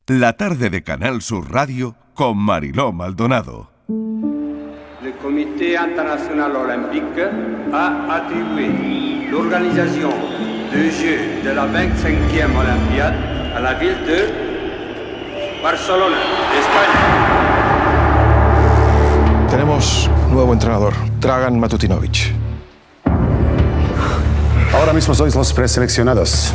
La tarde de Canal Sur Radio con Mariló Maldonado. Le Comité International Olympique a attribué l'organisation des Jeux de la 25e Olympiade a la ville de Barcelona, España. Tenemos nuevo entrenador, Dragan Matutinovic. Ahora mismo sois los preseleccionados.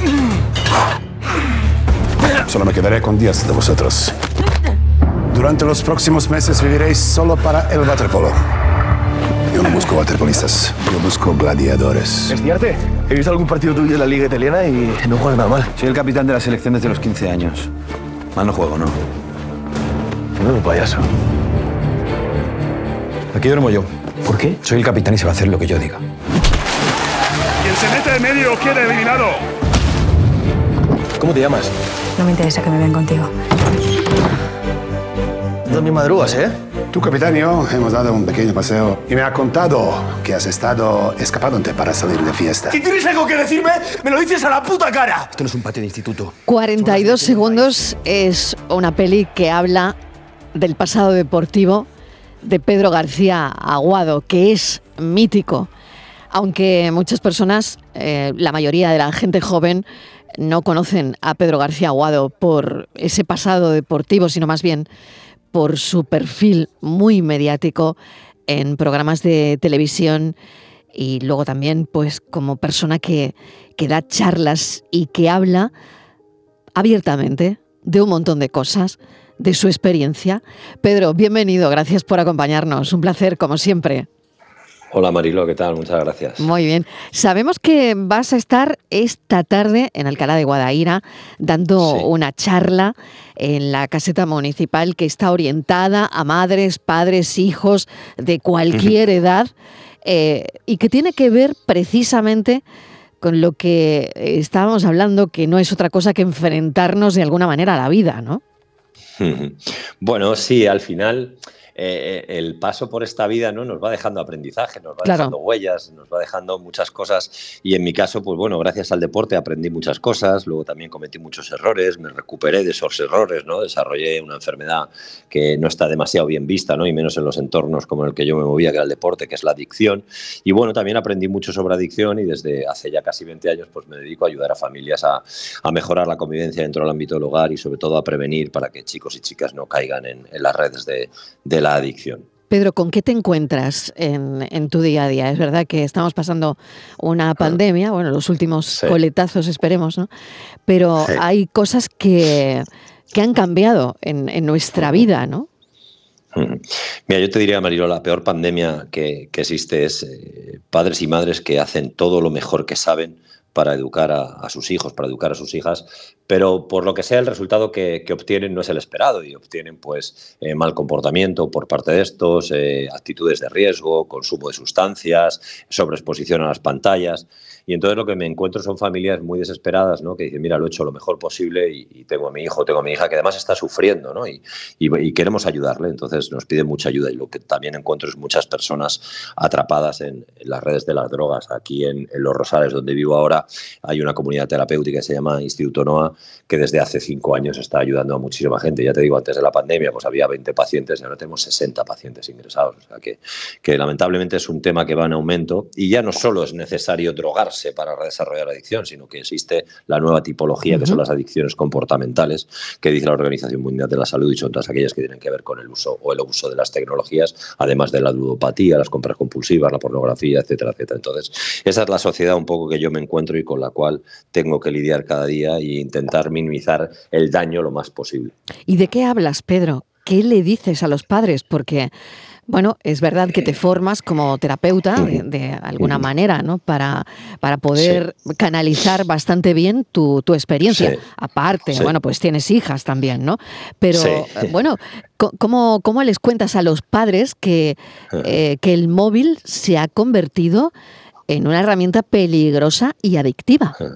Solo me quedaré con 10 de vosotros. Durante los próximos meses viviréis solo para el waterpolo. Yo no busco waterpolistas, yo busco gladiadores. ¿Estudiarte? He visto algún partido tuyo en la liga italiana y no juegas nada mal. Soy el capitán de la selección desde los 15 años. Mal no juego, ¿no? No, un payaso. Aquí duermo yo. ¿Por qué? Soy el capitán y se va a hacer lo que yo diga. Quien se mete en medio queda eliminado. ¿Cómo te llamas? No me interesa que me vean contigo. Tú también madrugas, ¿eh? Tu capitán y yo hemos dado un pequeño paseo y me ha contado que has estado escapándote para salir de fiesta. Si tienes algo que decirme, me lo dices a la puta cara. Esto no es un patio de instituto. 42 segundos es una peli que habla del pasado deportivo de Pedro García Aguado, que es mítico. Aunque muchas personas, la mayoría de la gente joven, no conocen a Pedro García Aguado por ese pasado deportivo, sino más bien por su perfil muy mediático en programas de televisión y luego también pues como persona que da charlas y que habla abiertamente de un montón de cosas, de su experiencia. Pedro, bienvenido, gracias por acompañarnos, un placer como siempre. Hola Mariló, ¿qué tal? Muchas gracias. Muy bien. Sabemos que vas a estar esta tarde en Alcalá de Guadaira dando una charla en la caseta municipal que está orientada a madres, padres, hijos de cualquier edad y que tiene que ver precisamente con lo que estábamos hablando, que no es otra cosa que enfrentarnos de alguna manera a la vida, ¿no? Bueno, sí, al final el paso por esta vida, ¿no?, nos va dejando aprendizaje, nos va dejando huellas, nos va dejando muchas cosas y en mi caso, pues bueno, gracias al deporte aprendí muchas cosas, luego también cometí muchos errores, me recuperé de esos errores, ¿no? Desarrollé una enfermedad que no está demasiado bien vista, ¿no?, y menos en los entornos como en el que yo me movía, que era el deporte, que es la adicción. Y bueno, también aprendí mucho sobre adicción y desde hace ya casi 20 años pues me dedico a ayudar a familias a mejorar la convivencia dentro del ámbito del hogar y sobre todo a prevenir para que chicos y chicas no caigan en las redes de la adicción. Pedro, ¿con qué te encuentras en tu día a día? Es verdad que estamos pasando una pandemia, bueno, los últimos coletazos esperemos, ¿no? Pero hay cosas que han cambiado en nuestra vida, ¿no? Mira, yo te diría, Mariló, la peor pandemia que existe es padres y madres que hacen todo lo mejor que saben para educar a sus hijos, para educar a sus hijas, pero por lo que sea el resultado que obtienen no es el esperado y obtienen pues mal comportamiento por parte de estos, actitudes de riesgo, consumo de sustancias, sobreexposición a las pantallas. Y entonces lo que me encuentro son familias muy desesperadas, ¿no?, que dicen, mira, lo he hecho lo mejor posible y tengo a mi hijo, tengo a mi hija que además está sufriendo, ¿no?, y queremos ayudarle. Entonces nos piden mucha ayuda y lo que también encuentro es muchas personas atrapadas en las redes de las drogas. Aquí en Los Rosales, donde vivo ahora, hay una comunidad terapéutica que se llama Instituto NOA, que desde hace 5 años está ayudando a muchísima gente. Ya te digo, antes de la pandemia pues había 20 pacientes y ahora tenemos 60 pacientes ingresados. O sea que lamentablemente es un tema que va en aumento y ya no solo es necesario drogarse para desarrollar adicción, sino que existe la nueva tipología que son las adicciones comportamentales, que dice la Organización Mundial de la Salud, y son todas aquellas que tienen que ver con el uso o el abuso de las tecnologías, además de la ludopatía, las compras compulsivas, la pornografía, etcétera, etcétera. Entonces, esa es la sociedad un poco que yo me encuentro y con la cual tengo que lidiar cada día e intentar minimizar el daño lo más posible. ¿Y de qué hablas, Pedro? ¿Qué le dices a los padres? Porque bueno, es verdad que te formas como terapeuta de alguna manera, ¿no? Para poder canalizar bastante bien tu experiencia. Aparte, bueno, pues tienes hijas también, ¿no? Pero, bueno, ¿cómo les cuentas a los padres que el móvil se ha convertido en una herramienta peligrosa y adictiva?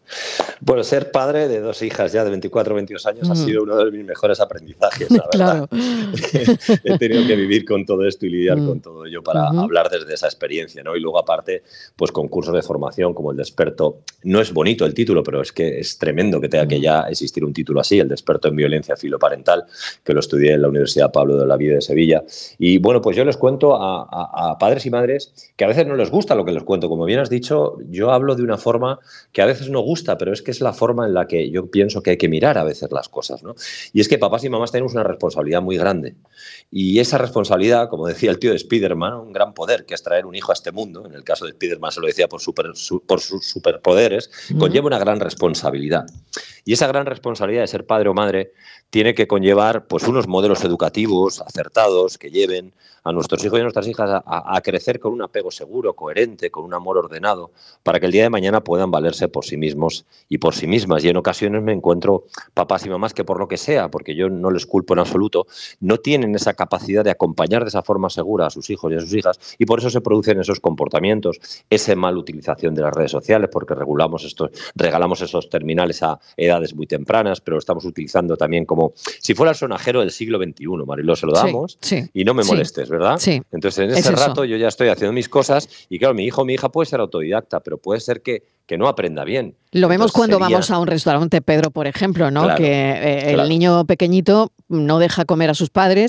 Bueno, ser padre de 2 hijas ya de 24 o 22 años ha sido uno de mis mejores aprendizajes, la verdad. Claro. He tenido que vivir con todo esto y lidiar con todo ello para hablar desde esa experiencia, ¿no? Y luego, aparte, pues con cursos de formación como el de experto. No es bonito el título, pero es que es tremendo que tenga que ya existir un título así, el de experto en violencia filoparental, que lo estudié en la Universidad Pablo de Olavide de Sevilla. Y bueno, pues yo les cuento a padres y madres que a veces no les gusta lo que les cuento. Como bien has dicho, yo hablo de una forma que a veces no gusta, pero es que es la forma en la que yo pienso que hay que mirar a veces las cosas, ¿no? Y es que papás y mamás tenemos una responsabilidad muy grande. Y esa responsabilidad, como decía el tío de Spiderman, un gran poder, que es traer un hijo a este mundo, en el caso de Spiderman se lo decía por sus superpoderes, conlleva una gran responsabilidad. Y esa gran responsabilidad de ser padre o madre tiene que conllevar pues, unos modelos educativos acertados que lleven a nuestros hijos y a nuestras hijas a crecer con un apego seguro, coherente, con un amor ordenado, para que el día de mañana puedan valerse por sí mismos y por sí mismas. Y en ocasiones me encuentro papás y mamás que por lo que sea, porque yo no les culpo en absoluto, no tienen esa capacidad de acompañar de esa forma segura a sus hijos y a sus hijas, y por eso se producen esos comportamientos, esa mala utilización de las redes sociales, porque regalamos esos terminales a edades muy tempranas, pero lo estamos utilizando también como si fuera el sonajero del siglo XXI, Mariló, se lo damos y no me molestes, ¿verdad? Sí. Entonces, en ese rato yo ya estoy haciendo mis cosas y claro, mi hijo o mi hija puede ser autodidacta, pero puede ser que no aprenda bien. Lo vemos cuando vamos a un restaurante, Pedro, por ejemplo, ¿no? Claro, que el niño pequeñito no deja comer a sus padres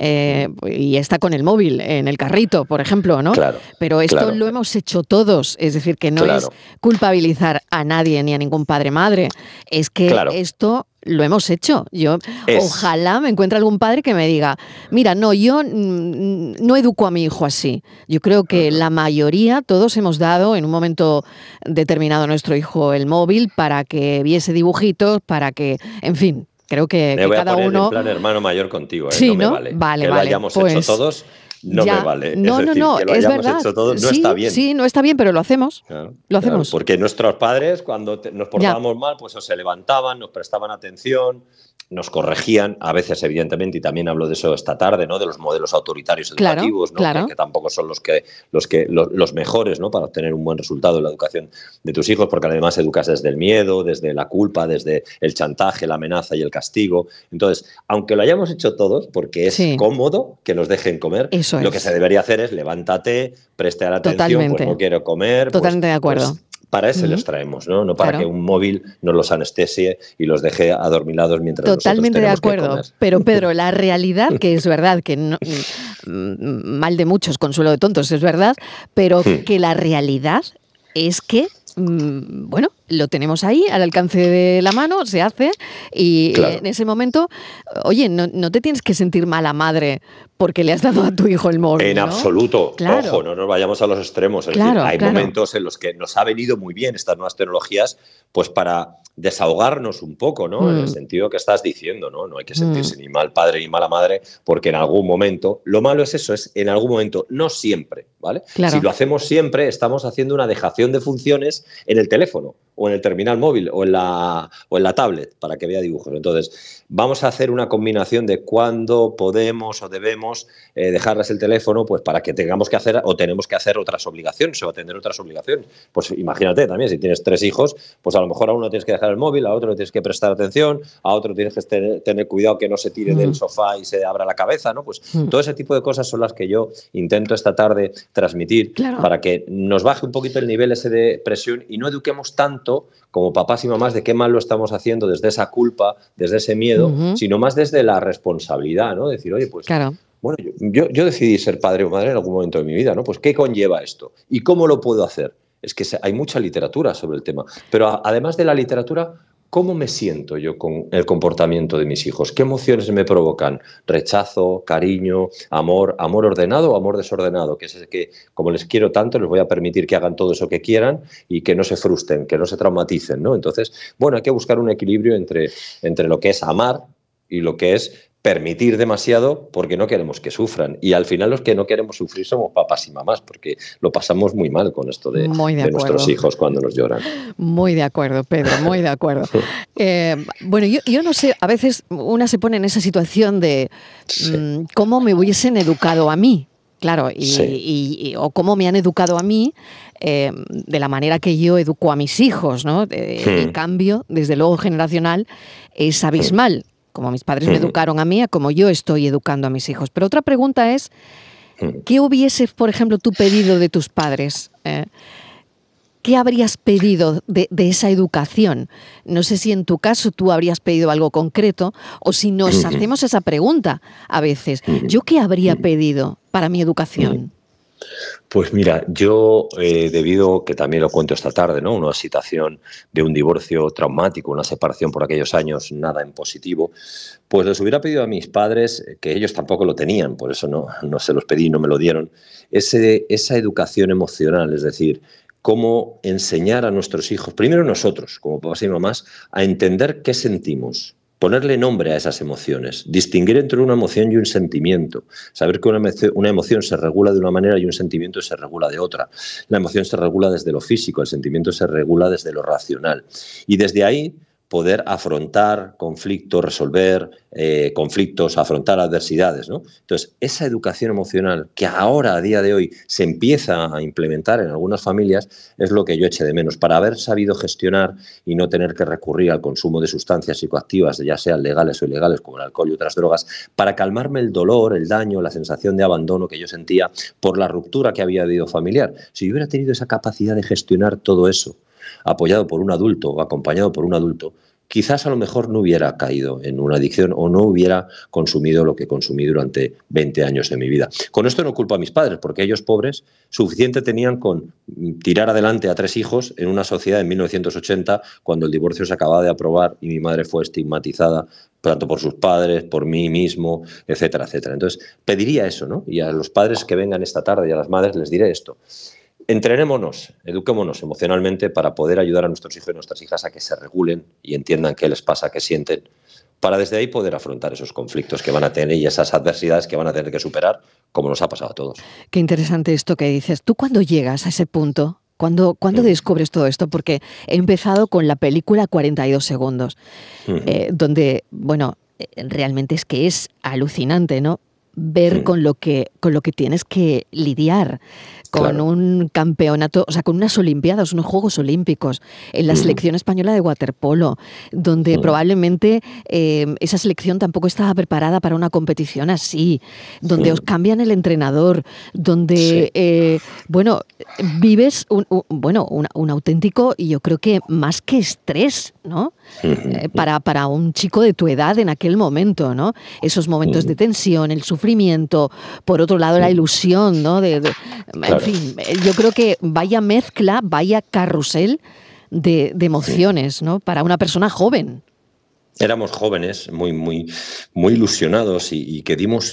y está con el móvil en el carrito, por ejemplo, ¿no? Claro, pero esto lo hemos hecho todos, es decir, que no es culpabilizar a nadie ni a ningún padre-madre, es que esto lo hemos hecho. Ojalá me encuentre algún padre que me diga, mira, no, yo no educo a mi hijo así. Yo creo que la mayoría, todos hemos dado en un momento determinado a nuestro hijo el móvil para que viese dibujitos, para que, en fin, creo que cada uno... Me voy a poner en plan hermano mayor contigo, sí, no me ¿no? Vale. Que lo hayamos hecho todos... No me vale. No, que lo es verdad. Hecho todo, no está bien. Sí, no está bien, pero lo hacemos. Lo hacemos. Porque nuestros padres, cuando nos portábamos mal, pues se levantaban, nos prestaban atención, nos corregían, a veces, evidentemente, y también hablo de eso esta tarde, ¿no? De los modelos autoritarios educativos, ¿no? Que tampoco son los mejores, ¿no? Para obtener un buen resultado en la educación de tus hijos, porque además educas desde el miedo, desde la culpa, desde el chantaje, la amenaza y el castigo. Entonces, aunque lo hayamos hecho todos, porque es cómodo que nos dejen comer, lo que se debería hacer es levántate, preste la atención, pues no quiero comer. Totalmente de acuerdo. Pues, para eso los traemos, ¿no? Para que un móvil nos los anestesie y los deje adormilados mientras Totalmente nosotros de acuerdo. Pero Pedro, la realidad, que es verdad, que no, mal de muchos, consuelo de tontos, es verdad, pero que la realidad es que bueno, lo tenemos ahí al alcance de la mano, se hace y en ese momento, oye, no te tienes que sentir mala madre porque le has dado a tu hijo el móvil, En ¿no? absoluto. Ojo, no nos vayamos a los extremos. Es decir, hay momentos en los que nos ha venido muy bien estas nuevas tecnologías pues para desahogarnos un poco, ¿no? En el sentido que estás diciendo, ¿no? No hay que sentirse ni mal padre ni mala madre porque en algún momento, lo malo es eso, es en algún momento, no siempre, ¿vale? Si lo hacemos siempre, estamos haciendo una dejación de funciones en el teléfono o en el terminal móvil o en la tablet para que vea dibujos. Entonces, vamos a hacer una combinación de cuándo podemos o debemos dejarles el teléfono pues para que tengamos que hacer o tenemos que hacer otras obligaciones o atender otras obligaciones. Pues imagínate también, si tienes 3 hijos, pues a lo mejor a uno tienes que dejar el móvil, a otro le tienes que prestar atención, a otro tienes que tener cuidado que no se tire del sofá y se abra la cabeza, ¿no? Pues todo ese tipo de cosas son las que yo intento esta tarde transmitir para que nos baje un poquito el nivel ese de presión y no eduquemos tanto como papás y mamás de qué mal lo estamos haciendo desde esa culpa, desde ese miedo, sino más desde la responsabilidad, ¿no? Decir, oye, pues bueno, yo decidí ser padre o madre en algún momento de mi vida, ¿no? Pues ¿qué conlleva esto? ¿Y cómo lo puedo hacer? Es que hay mucha literatura sobre el tema, pero además de la literatura, ¿cómo me siento yo con el comportamiento de mis hijos? ¿Qué emociones me provocan? ¿Rechazo, cariño, amor ordenado o amor desordenado? Que es que, como les quiero tanto, les voy a permitir que hagan todo eso que quieran y que no se frustren, que no se traumaticen, ¿no? Entonces, bueno, hay que buscar un equilibrio entre lo que es amar y lo que es permitir demasiado porque no queremos que sufran. Y al final los que no queremos sufrir somos papás y mamás porque lo pasamos muy mal con esto de nuestros hijos cuando nos lloran. Muy de acuerdo, Pedro, muy de acuerdo. Bueno, yo no sé, a veces una se pone en esa situación de cómo me hubiesen educado a mí. Claro, o cómo me han educado a mí, de la manera que yo educo a mis hijos, ¿no? El cambio, desde luego, generacional es abismal, como mis padres me educaron a mí, a como yo estoy educando a mis hijos. Pero otra pregunta es, ¿qué hubieses, por ejemplo, tú pedido de tus padres? ¿Qué habrías pedido de esa educación? No sé si en tu caso tú habrías pedido algo concreto o si nos hacemos esa pregunta a veces. ¿Yo qué habría pedido para mi educación? Pues mira, yo, debido, que también lo cuento esta tarde, ¿no? Una situación de un divorcio traumático, una separación por aquellos años, nada en positivo, pues les hubiera pedido a mis padres, que ellos tampoco lo tenían, por eso no se los pedí, no me lo dieron, esa educación emocional, es decir, cómo enseñar a nuestros hijos, primero nosotros, como papás y mamás, a entender qué sentimos, ponerle nombre a esas emociones, distinguir entre una emoción y un sentimiento, saber que una emoción se regula de una manera y un sentimiento se regula de otra. La emoción se regula desde lo físico, el sentimiento se regula desde lo racional. Y desde ahí poder afrontar conflictos, resolver conflictos, afrontar adversidades, ¿no? Entonces, esa educación emocional que ahora, a día de hoy, se empieza a implementar en algunas familias, es lo que yo eché de menos, para haber sabido gestionar y no tener que recurrir al consumo de sustancias psicoactivas, ya sean legales o ilegales, como el alcohol y otras drogas, para calmarme el dolor, el daño, la sensación de abandono que yo sentía por la ruptura que había habido familiar. Si yo hubiera tenido esa capacidad de gestionar todo eso, apoyado por un adulto o acompañado por un adulto, quizás a lo mejor no hubiera caído en una adicción o no hubiera consumido lo que consumí durante 20 años de mi vida. Con esto no culpo a mis padres, porque ellos, pobres, suficiente tenían con tirar adelante a 3 hijos en una sociedad en 1980, cuando el divorcio se acababa de aprobar y mi madre fue estigmatizada tanto por sus padres, por mí mismo, etcétera, etcétera. Entonces, pediría eso, ¿no? Y a los padres que vengan esta tarde y a las madres les diré esto. Entrenémonos, eduquémonos emocionalmente para poder ayudar a nuestros hijos y nuestras hijas a que se regulen y entiendan qué les pasa, qué sienten, para desde ahí poder afrontar esos conflictos que van a tener y esas adversidades que van a tener que superar, como nos ha pasado a todos. Qué interesante esto que dices. ¿Tú cuándo llegas a ese punto? ¿Cuándo descubres todo esto? Porque he empezado con la película 42 segundos, donde, bueno, realmente es que es alucinante, ¿no? Ver con lo que tienes que lidiar, con un campeonato, o sea, con unas Olimpiadas, unos Juegos Olímpicos, en la selección española de waterpolo, donde probablemente esa selección tampoco estaba preparada para una competición así, donde os cambian el entrenador, donde, vives un auténtico, y yo creo que más que estrés, ¿no? Para un chico de tu edad en aquel momento, ¿no? Esos momentos de tensión, el sufrimiento, por otro lado la ilusión, ¿no? En fin, yo creo que vaya mezcla, vaya carrusel de emociones, ¿no? Para una persona joven. Éramos jóvenes, muy ilusionados y que dimos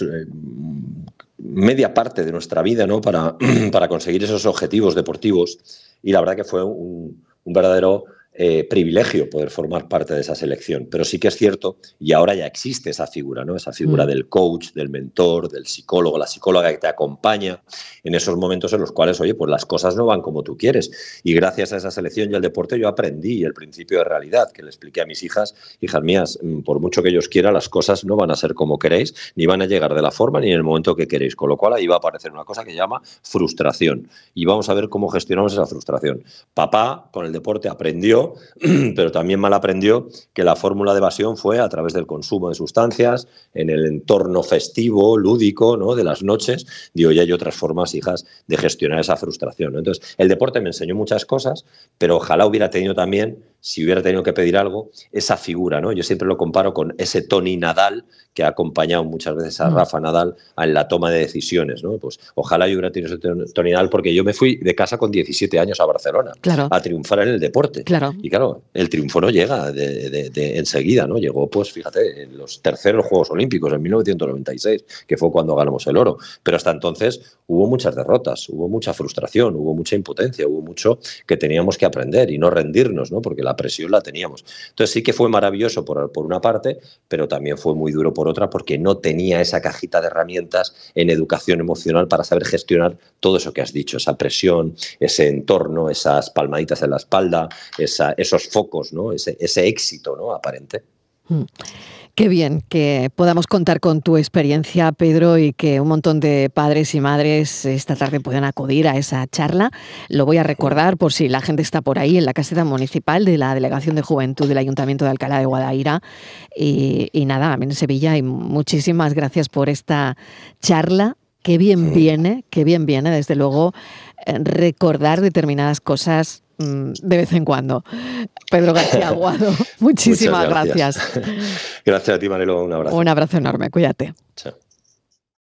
media parte de nuestra vida, ¿no? para conseguir esos objetivos deportivos, y la verdad que fue un verdadero privilegio poder formar parte de esa selección. Pero sí que es cierto, y ahora ya existe esa figura, ¿no? Esa figura del coach, del mentor, del psicólogo, la psicóloga que te acompaña en esos momentos en los cuales, oye, pues las cosas no van como tú quieres. Y gracias a esa selección y al deporte yo aprendí el principio de realidad, que le expliqué a mis hijas mías, por mucho que ellos quieran, las cosas no van a ser como queréis, ni van a llegar de la forma ni en el momento que queréis. Con lo cual ahí va a aparecer una cosa que se llama frustración. Y vamos a ver cómo gestionamos esa frustración. Papá, con el deporte, aprendió, pero también mal aprendió que la fórmula de evasión fue a través del consumo de sustancias, en el entorno festivo, lúdico, ¿no? De las noches. Digo, ya hay otras formas, hijas, de gestionar esa frustración, ¿no? Entonces, el deporte me enseñó muchas cosas, pero ojalá hubiera tenido también, si hubiera tenido que pedir algo, esa figura, ¿no? Yo siempre lo comparo con ese Tony Nadal que ha acompañado muchas veces a Rafa Nadal en la toma de decisiones, ¿no? Pues ojalá yo hubiera tenido ese Tony Nadal, porque yo me fui de casa con 17 años a Barcelona a triunfar en el deporte. Y claro, el triunfo no llega de enseguida, ¿no? Llegó, pues fíjate, en los terceros Juegos Olímpicos, en 1996, que fue cuando ganamos el oro. Pero hasta entonces hubo muchas derrotas, hubo mucha frustración, hubo mucha impotencia, hubo mucho que teníamos que aprender y no rendirnos, ¿no? Porque la presión la teníamos. Entonces sí que fue maravilloso por una parte, pero también fue muy duro por otra, porque no tenía esa cajita de herramientas en educación emocional para saber gestionar todo eso que has dicho, esa presión, ese entorno, esas palmaditas en la espalda, esos focos, ¿no? Ese éxito, ¿no? Aparente. Qué bien que podamos contar con tu experiencia, Pedro, y que un montón de padres y madres esta tarde puedan acudir a esa charla. Lo voy a recordar por si la gente está por ahí, en la caseta municipal de la Delegación de Juventud del Ayuntamiento de Alcalá de Guadaira. Y nada, en Sevilla. Y muchísimas gracias por esta charla. Qué bien viene, desde luego, recordar determinadas cosas de vez en cuando. Pedro García Aguado, muchísimas gracias. Gracias a ti, Marilo, un abrazo. Un abrazo enorme, cuídate. Chao.